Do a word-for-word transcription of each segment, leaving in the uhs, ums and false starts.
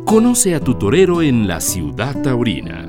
Conoce a tu torero en la Ciudad Taurina.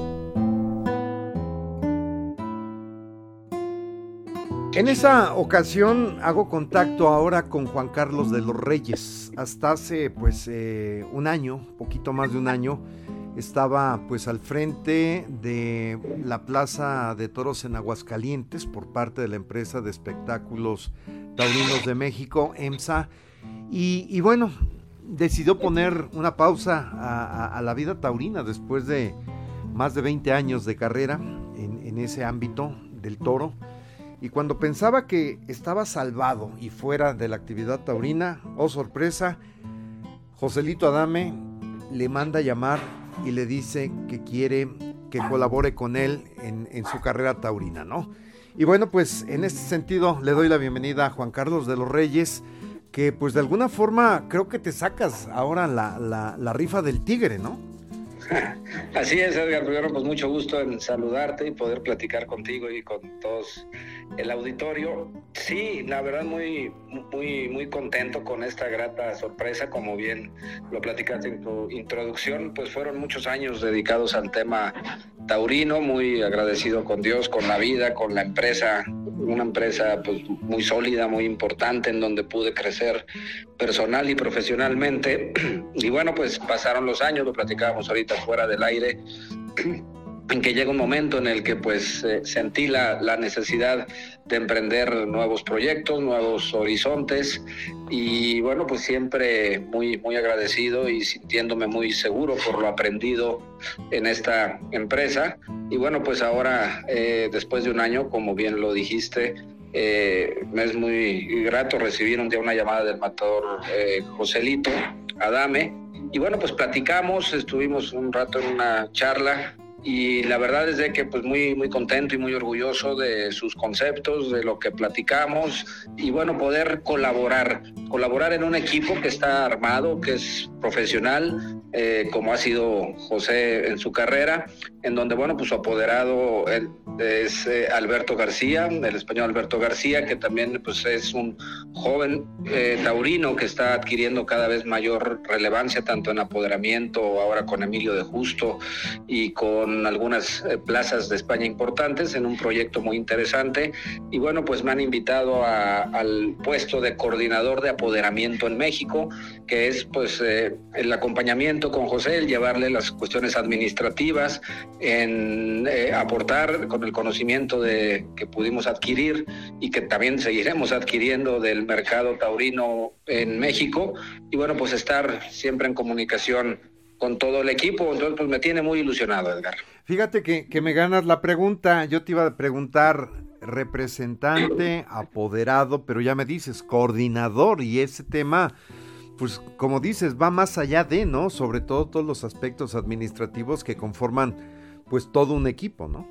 En esa ocasión hago contacto ahora con Juan Carlos de los Reyes. Hasta hace pues eh, un año, poquito más de un año, estaba pues al frente de la Plaza de Toros en Aguascalientes por parte de la empresa de espectáculos taurinos de México, EMSA, y, y bueno, decidió poner una pausa a, a, a la vida taurina después de más de veinte años de carrera en, en ese ámbito del toro. Y cuando pensaba que estaba salvado y fuera de la actividad taurina, oh sorpresa, Joselito Adame le manda a llamar y le dice que quiere que colabore con él en, en su carrera taurina, ¿no? Y bueno, pues en este sentido le doy la bienvenida a Juan Carlos de los Reyes, que pues de alguna forma creo que te sacas ahora la, la, la rifa del tigre, ¿no? Así es, Edgar. Primero, pues mucho gusto en saludarte y poder platicar contigo y con todos el auditorio. Sí, la verdad muy, muy, muy contento con esta grata sorpresa. Como bien lo platicaste en tu introducción, pues fueron muchos años dedicados al tema taurino, muy agradecido con Dios, con la vida, con la empresa, una empresa pues muy sólida, muy importante, en donde pude crecer personal y profesionalmente. Y bueno, pues pasaron los años, lo platicábamos ahorita fuera del aire, en que llega un momento en el que pues eh, sentí la, la necesidad de emprender nuevos proyectos, nuevos horizontes, y bueno, pues siempre muy, muy agradecido y sintiéndome muy seguro por lo aprendido en esta empresa. Y bueno, pues ahora, eh, después de un año, como bien lo dijiste, eh, me es muy grato recibir un día una llamada del matador eh, Joselito Adame, y bueno, pues platicamos, estuvimos un rato en una charla, y la verdad es de que pues muy, muy contento y muy orgulloso de sus conceptos, de lo que platicamos, y bueno, poder colaborar, colaborar en un equipo que está armado, que es profesional, eh, como ha sido José en su carrera, en donde bueno, pues su apoderado es eh, Alberto García, el español Alberto García, que también pues es un joven eh, taurino que está adquiriendo cada vez mayor relevancia, tanto en apoderamiento, ahora con Emilio de Justo y con algunas eh, plazas de España importantes, en un proyecto muy interesante. Y bueno, pues me han invitado a, al puesto de coordinador de apoderamiento en México, que es pues eh, el acompañamiento con José, el llevarle las cuestiones administrativas, en eh, aportar con el conocimiento de, que pudimos adquirir y que también seguiremos adquiriendo del mercado taurino en México, y bueno, pues estar siempre en comunicación con todo el equipo. Entonces pues me tiene muy ilusionado, Edgar. Fíjate que, que me ganas la pregunta. Yo te iba a preguntar representante, apoderado, pero ya me dices coordinador, y ese tema pues como dices va más allá de, ¿no? Sobre todo todos los aspectos administrativos que conforman pues todo un equipo, ¿no?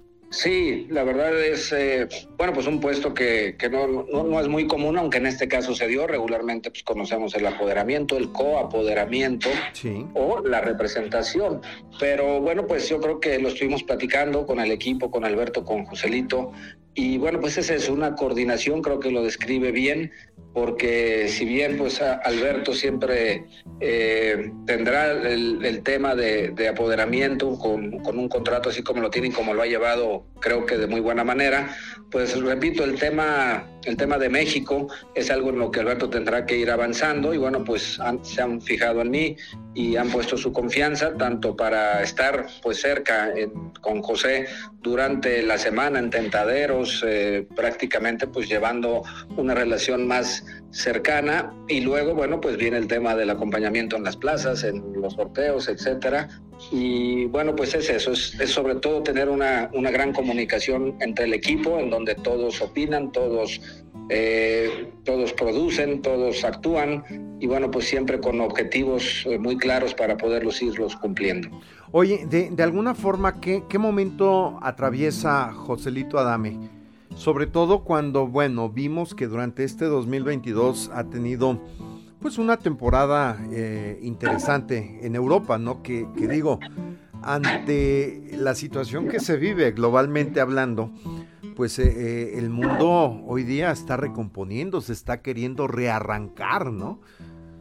Sí, la verdad es, eh, bueno, pues un puesto que, que no, no, no es muy común, aunque en este caso se dio. Regularmente pues conocemos el apoderamiento, el coapoderamiento, sí, o la representación. Pero bueno, pues yo creo que lo estuvimos platicando con el equipo, con Alberto, con Joselito, y bueno, pues esa es una coordinación, creo que lo describe bien, porque si bien pues Alberto siempre eh, tendrá el, el tema de, de apoderamiento con, con un contrato así como lo tiene y como lo ha llevado, creo que de muy buena manera, pues repito, el tema, el tema de México es algo en lo que Alberto tendrá que ir avanzando, y bueno, pues han, se han fijado en mí y han puesto su confianza, tanto para estar pues cerca en, con José durante la semana en tentaderos, eh, prácticamente pues llevando una relación más cercana, y luego bueno, pues viene el tema del acompañamiento en las plazas, en los sorteos, etcétera. Y bueno, pues es eso, es, es sobre todo tener una, una gran comunicación entre el equipo, en donde todos opinan, todos eh, todos producen, todos actúan, y bueno, pues siempre con objetivos eh, muy claros para poderlos irlos cumpliendo. Oye, de, de alguna forma, ¿qué, qué momento atraviesa Joselito Adame? Sobre todo cuando, bueno, vimos que durante este dos mil veintidós ha tenido pues una temporada eh, interesante en Europa, ¿no? Que, que digo, ante la situación que se vive globalmente hablando, pues eh, eh, el mundo hoy día está recomponiendo, se está queriendo rearrancar, ¿no?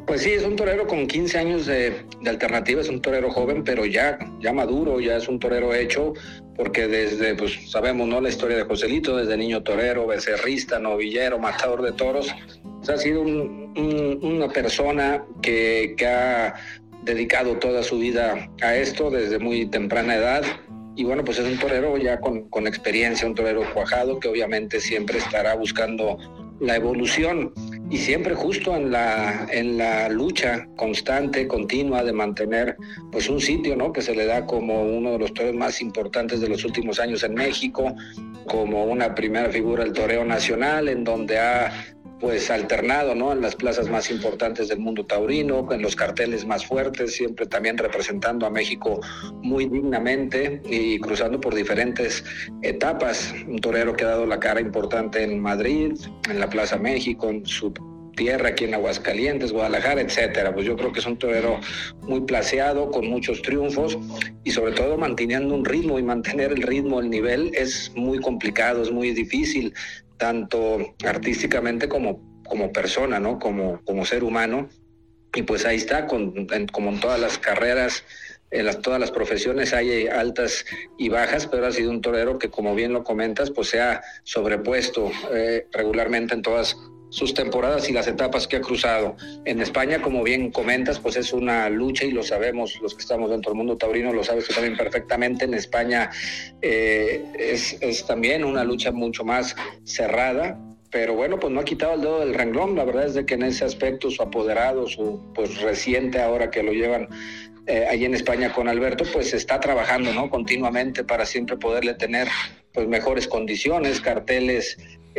Pues sí, es un torero con quince años de, de alternativa, es un torero joven, pero ya, ya maduro, ya es un torero hecho, porque desde, pues sabemos, ¿no?, la historia de Joselito, desde niño torero, becerrista, novillero, matador de toros, pues ha sido un, un, una persona que, que ha dedicado toda su vida a esto desde muy temprana edad. Y bueno, pues es un torero ya con, con experiencia, un torero cuajado que obviamente siempre estará buscando la evolución y siempre justo en la, en la lucha constante, continua de mantener pues un sitio, ¿no?, que se le da como uno de los toreros más importantes de los últimos años en México, como una primera figura del toreo nacional, en donde ha pues alternado, ¿no?, en las plazas más importantes del mundo taurino, en los carteles más fuertes, siempre también representando a México muy dignamente y cruzando por diferentes etapas. Un torero que ha dado la cara importante en Madrid, en la Plaza México, en su tierra aquí en Aguascalientes, Guadalajara, etcétera. Pues yo creo que es un torero muy placeado, con muchos triunfos y sobre todo manteniendo un ritmo, y mantener el ritmo, el nivel es muy complicado, es muy difícil, tanto artísticamente como, como persona, ¿no?, como, como ser humano. Y pues ahí está, con, en, como en todas las carreras, en las, todas las profesiones hay altas y bajas, pero ha sido un torero que, como bien lo comentas, pues se ha sobrepuesto eh, regularmente en todas sus temporadas y las etapas que ha cruzado. En España, como bien comentas, pues es una lucha, y lo sabemos los que estamos dentro del mundo taurino, lo sabes tú también perfectamente. En España eh, es, es también una lucha mucho más cerrada, pero bueno, pues no ha quitado el dedo del renglón. La verdad es de que en ese aspecto su apoderado, su pues reciente ahora que lo llevan eh, allí en España con Alberto, pues está trabajando, ¿no?, continuamente para siempre poderle tener pues mejores condiciones, carteles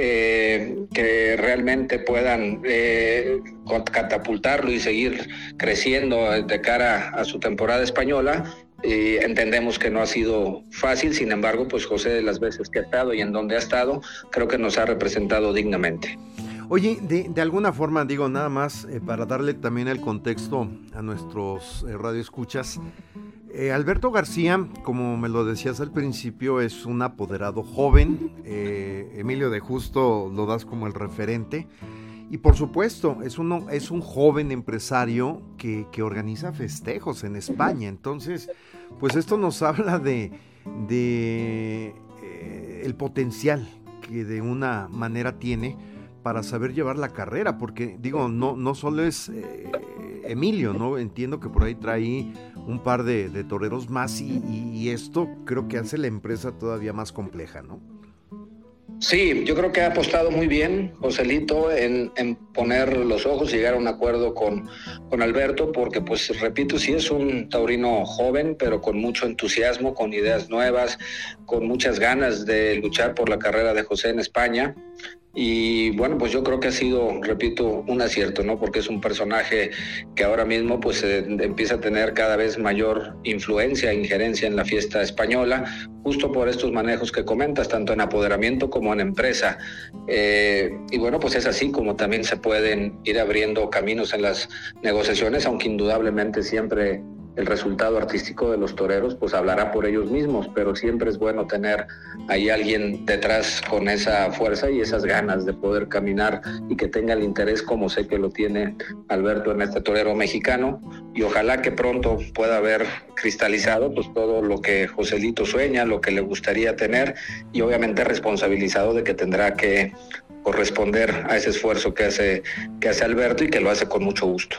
Eh, que realmente puedan eh, catapultarlo y seguir creciendo de cara a su temporada española. Eh, entendemos que no ha sido fácil, sin embargo, pues José, de las veces que ha estado y en donde ha estado, creo que nos ha representado dignamente. Oye, de, de alguna forma, digo, nada más eh, para darle también el contexto a nuestros eh, radioescuchas, Eh, Alberto García, como me lo decías al principio, es un apoderado joven. eh, Emilio de Justo lo das como el referente, y por supuesto es, uno, es un joven empresario que, que organiza festejos en España. Entonces, pues esto nos habla de, de eh, el potencial que de una manera tiene para saber llevar la carrera, porque digo, no, no solo es eh, Emilio, ¿no? Entiendo que por ahí trae un par de, de toreros más, y, y esto creo que hace la empresa todavía más compleja, ¿no? Sí, yo creo que ha apostado muy bien Joselito en, en poner los ojos y llegar a un acuerdo con, con Alberto, porque pues repito, sí es un taurino joven, pero con mucho entusiasmo, con ideas nuevas, con muchas ganas de luchar por la carrera de José en España. Y bueno, pues yo creo que ha sido, repito, un acierto, ¿no? Porque es un personaje que ahora mismo pues eh, empieza a tener cada vez mayor influencia, injerencia en la fiesta española, justo por estos manejos que comentas, tanto en apoderamiento como en empresa. Eh, y bueno, pues es así como también se pueden ir abriendo caminos en las negociaciones, aunque indudablemente siempre el resultado artístico de los toreros pues hablará por ellos mismos, pero siempre es bueno tener ahí alguien detrás con esa fuerza y esas ganas de poder caminar, y que tenga el interés como sé que lo tiene Alberto en este torero mexicano, y ojalá que pronto pueda haber cristalizado pues todo lo que Joselito sueña, lo que le gustaría tener, y obviamente responsabilizado de que tendrá que corresponder a ese esfuerzo que hace, que hace Alberto, y que lo hace con mucho gusto.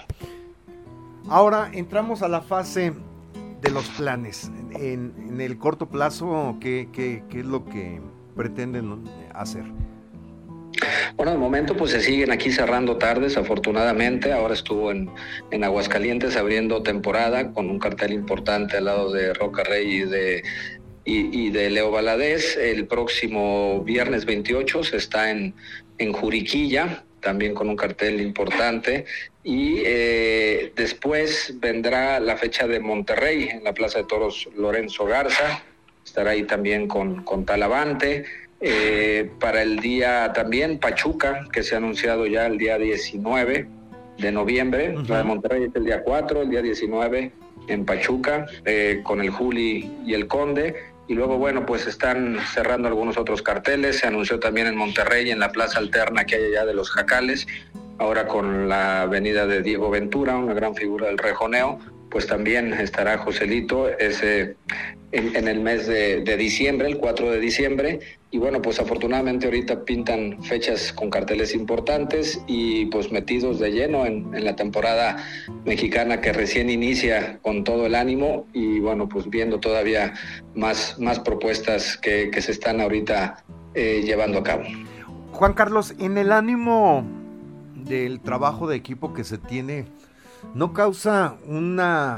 Ahora entramos a la fase de los planes. En, en el corto plazo, ¿qué, qué, qué es lo que pretenden hacer? Bueno, de momento pues se siguen aquí cerrando tardes, afortunadamente. Ahora estuvo en, en Aguascalientes abriendo temporada con un cartel importante al lado de Roca Rey y de, y, y de Leo Valadez. El próximo viernes veintiocho se está en, en Juriquilla, también con un cartel importante, y eh, después vendrá la fecha de Monterrey en la Plaza de Toros Lorenzo Garza, estará ahí también con, con Talavante. Eh, para el día también Pachuca, que se ha anunciado ya el día diecinueve de noviembre. Uh-huh. La de Monterrey es el día cuatro, el día diecinueve en Pachuca, eh, con el Juli y el Conde. Y luego, bueno, pues están cerrando algunos otros carteles. Se anunció también en Monterrey, en la plaza alterna que hay allá de los Jacales, ahora con la venida de Diego Ventura, una gran figura del rejoneo, pues también estará Joselito ese, en, en el mes de, de diciembre, el cuatro de diciembre, y bueno, pues afortunadamente ahorita pintan fechas con carteles importantes y pues metidos de lleno en, en la temporada mexicana que recién inicia con todo el ánimo, y bueno, pues viendo todavía más, más propuestas que, que se están ahorita eh, llevando a cabo. Juan Carlos, en el ánimo del trabajo de equipo que se tiene, ¿no causa una,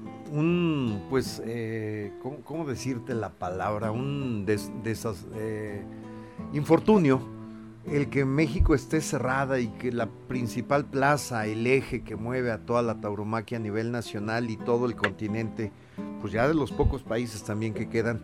un, pues, eh, ¿cómo, cómo decirte la palabra? Un des, desas, eh, infortunio el que México esté cerrada y que la principal plaza, el eje que mueve a toda la tauromaquia a nivel nacional y todo el continente, pues ya de los pocos países también que quedan,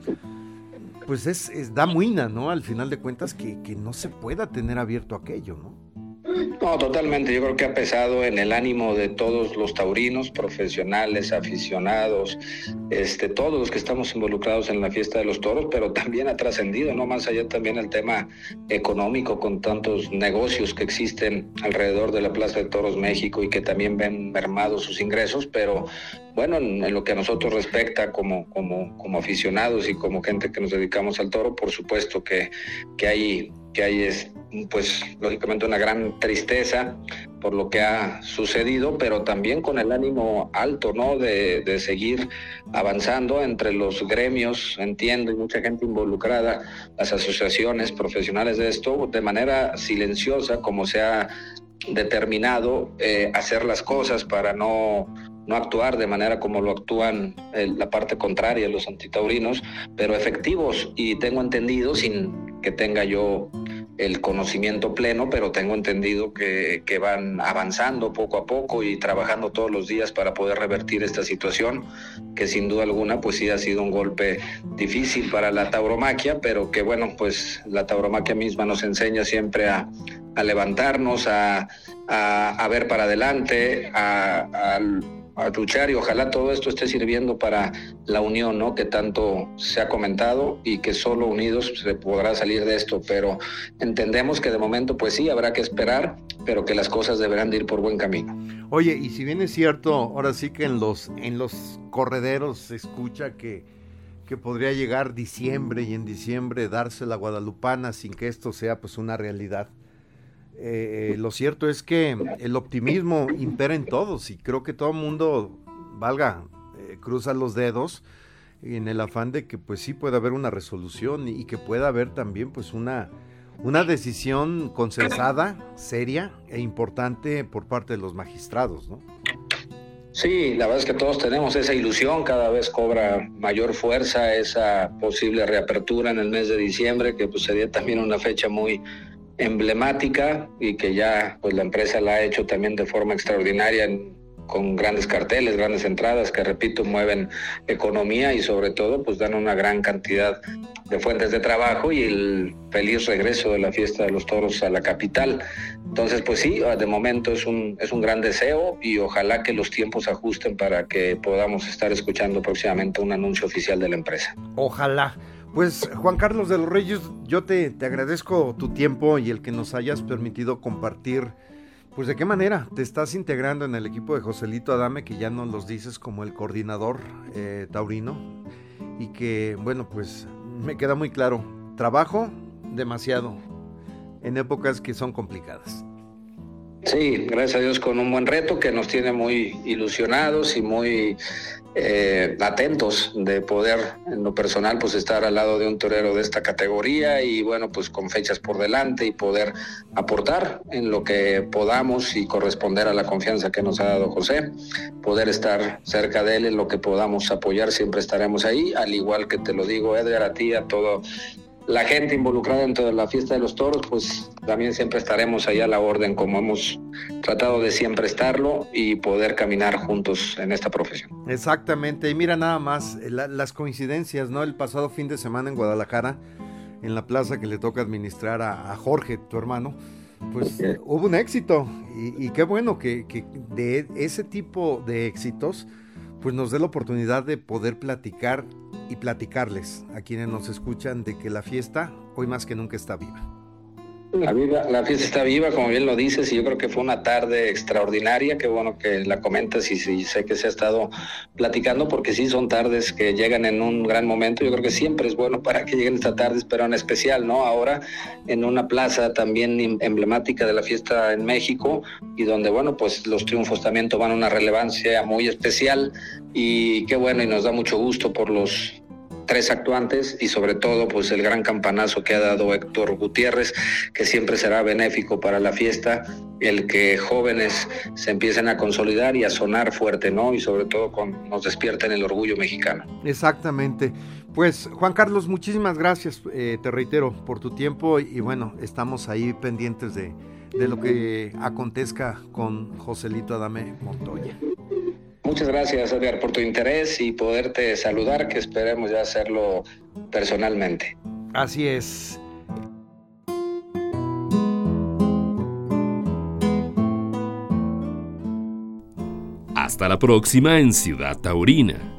pues es, es da muina, ¿no? Al final de cuentas que, que no se pueda tener abierto aquello, ¿no? No, totalmente. Yo creo que ha pesado en el ánimo de todos los taurinos, profesionales, aficionados, este, todos los que estamos involucrados en la fiesta de los toros, pero también ha trascendido, ¿no? Más allá también el tema económico, con tantos negocios que existen alrededor de la Plaza de Toros México y que también ven mermados sus ingresos, pero bueno, en, en lo que a nosotros respecta como, como, como aficionados y como gente que nos dedicamos al toro, por supuesto que, que hay, que hay es, pues lógicamente una gran tristeza por lo que ha sucedido, pero también con el ánimo alto, ¿no? De, de seguir avanzando entre los gremios, entiendo, y mucha gente involucrada, las asociaciones profesionales de esto, de manera silenciosa, como se ha determinado, eh, hacer las cosas para no no actuar de manera como lo actúan eh, la parte contraria, los antitaurinos, pero efectivos, y tengo entendido, sin que tenga yo el conocimiento pleno, pero tengo entendido que, que van avanzando poco a poco y trabajando todos los días para poder revertir esta situación, que sin duda alguna pues sí ha sido un golpe difícil para la tauromaquia, pero que bueno, pues la tauromaquia misma nos enseña siempre a, a levantarnos, a, a, a ver para adelante, a, a a luchar, y ojalá todo esto esté sirviendo para la unión, ¿no? Que tanto se ha comentado, y que solo unidos se podrá salir de esto, pero entendemos que de momento pues sí, habrá que esperar, pero que las cosas deberán de ir por buen camino. Oye, y si bien es cierto, ahora sí que en los, en los correderos se escucha que, que podría llegar diciembre, y en diciembre darse la guadalupana sin que esto sea pues una realidad. Eh, lo cierto es que el optimismo impera en todos, y creo que todo el mundo, valga, eh, cruza los dedos en el afán de que pues sí pueda haber una resolución, y, y que pueda haber también pues una, una decisión consensada, seria e importante por parte de los magistrados, ¿no? Sí, la verdad es que todos tenemos esa ilusión, cada vez cobra mayor fuerza esa posible reapertura en el mes de diciembre, que pues sería también una fecha muy emblemática, y que ya pues la empresa la ha hecho también de forma extraordinaria, en, con grandes carteles, grandes entradas que, repito, mueven economía y sobre todo pues dan una gran cantidad de fuentes de trabajo, y el feliz regreso de la fiesta de los toros a la capital. Entonces pues sí, de momento es un, es un gran deseo, y ojalá que los tiempos se ajusten para que podamos estar escuchando próximamente un anuncio oficial de la empresa. Ojalá. Pues Juan Carlos de los Reyes, yo te, te agradezco tu tiempo y el que nos hayas permitido compartir, pues de qué manera te estás integrando en el equipo de Joselito Adame, que ya nos los dices como el coordinador eh, taurino, y que bueno, pues me queda muy claro, trabajo demasiado en épocas que son complicadas. Sí, gracias a Dios, con un buen reto que nos tiene muy ilusionados y muy eh, atentos de poder, en lo personal, pues estar al lado de un torero de esta categoría, y bueno, pues con fechas por delante, y poder aportar en lo que podamos y corresponder a la confianza que nos ha dado José, poder estar cerca de él en lo que podamos apoyar, siempre estaremos ahí, al igual que te lo digo, Edgar, a ti, a todo la gente involucrada dentro de la fiesta de los toros, pues también siempre estaremos ahí a la orden, como hemos tratado de siempre estarlo, y poder caminar juntos en esta profesión. Exactamente, y mira nada más la, las coincidencias, ¿no? El pasado fin de semana en Guadalajara, en la plaza que le toca administrar a, a Jorge, tu hermano, pues sí, hubo un éxito, y, y qué bueno que, que de ese tipo de éxitos pues nos dé la oportunidad de poder platicar y platicarles a quienes nos escuchan de que la fiesta hoy más que nunca está viva. La, vida, la fiesta está viva, como bien lo dices, y yo creo que fue una tarde extraordinaria. Qué bueno que la comentas y, y sé que se ha estado platicando, porque sí son tardes que llegan en un gran momento. Yo creo que siempre es bueno para que lleguen estas tardes, pero en especial, ¿no? Ahora en una plaza también emblemática de la fiesta en México, y donde, bueno, pues los triunfos también toman una relevancia muy especial, y qué bueno, y nos da mucho gusto por los tres actuantes y sobre todo pues el gran campanazo que ha dado Héctor Gutiérrez, que siempre será benéfico para la fiesta, el que jóvenes se empiecen a consolidar y a sonar fuerte, ¿no? Y sobre todo con, nos despierten el orgullo mexicano. Exactamente. Pues Juan Carlos, muchísimas gracias, eh, te reitero, por tu tiempo y, y bueno, estamos ahí pendientes de, de lo que acontezca con Joselito Adame Montoya. Muchas gracias, Edgar, por tu interés y poderte saludar, que esperemos ya hacerlo personalmente. Así es. Hasta la próxima en Ciudad Taurina.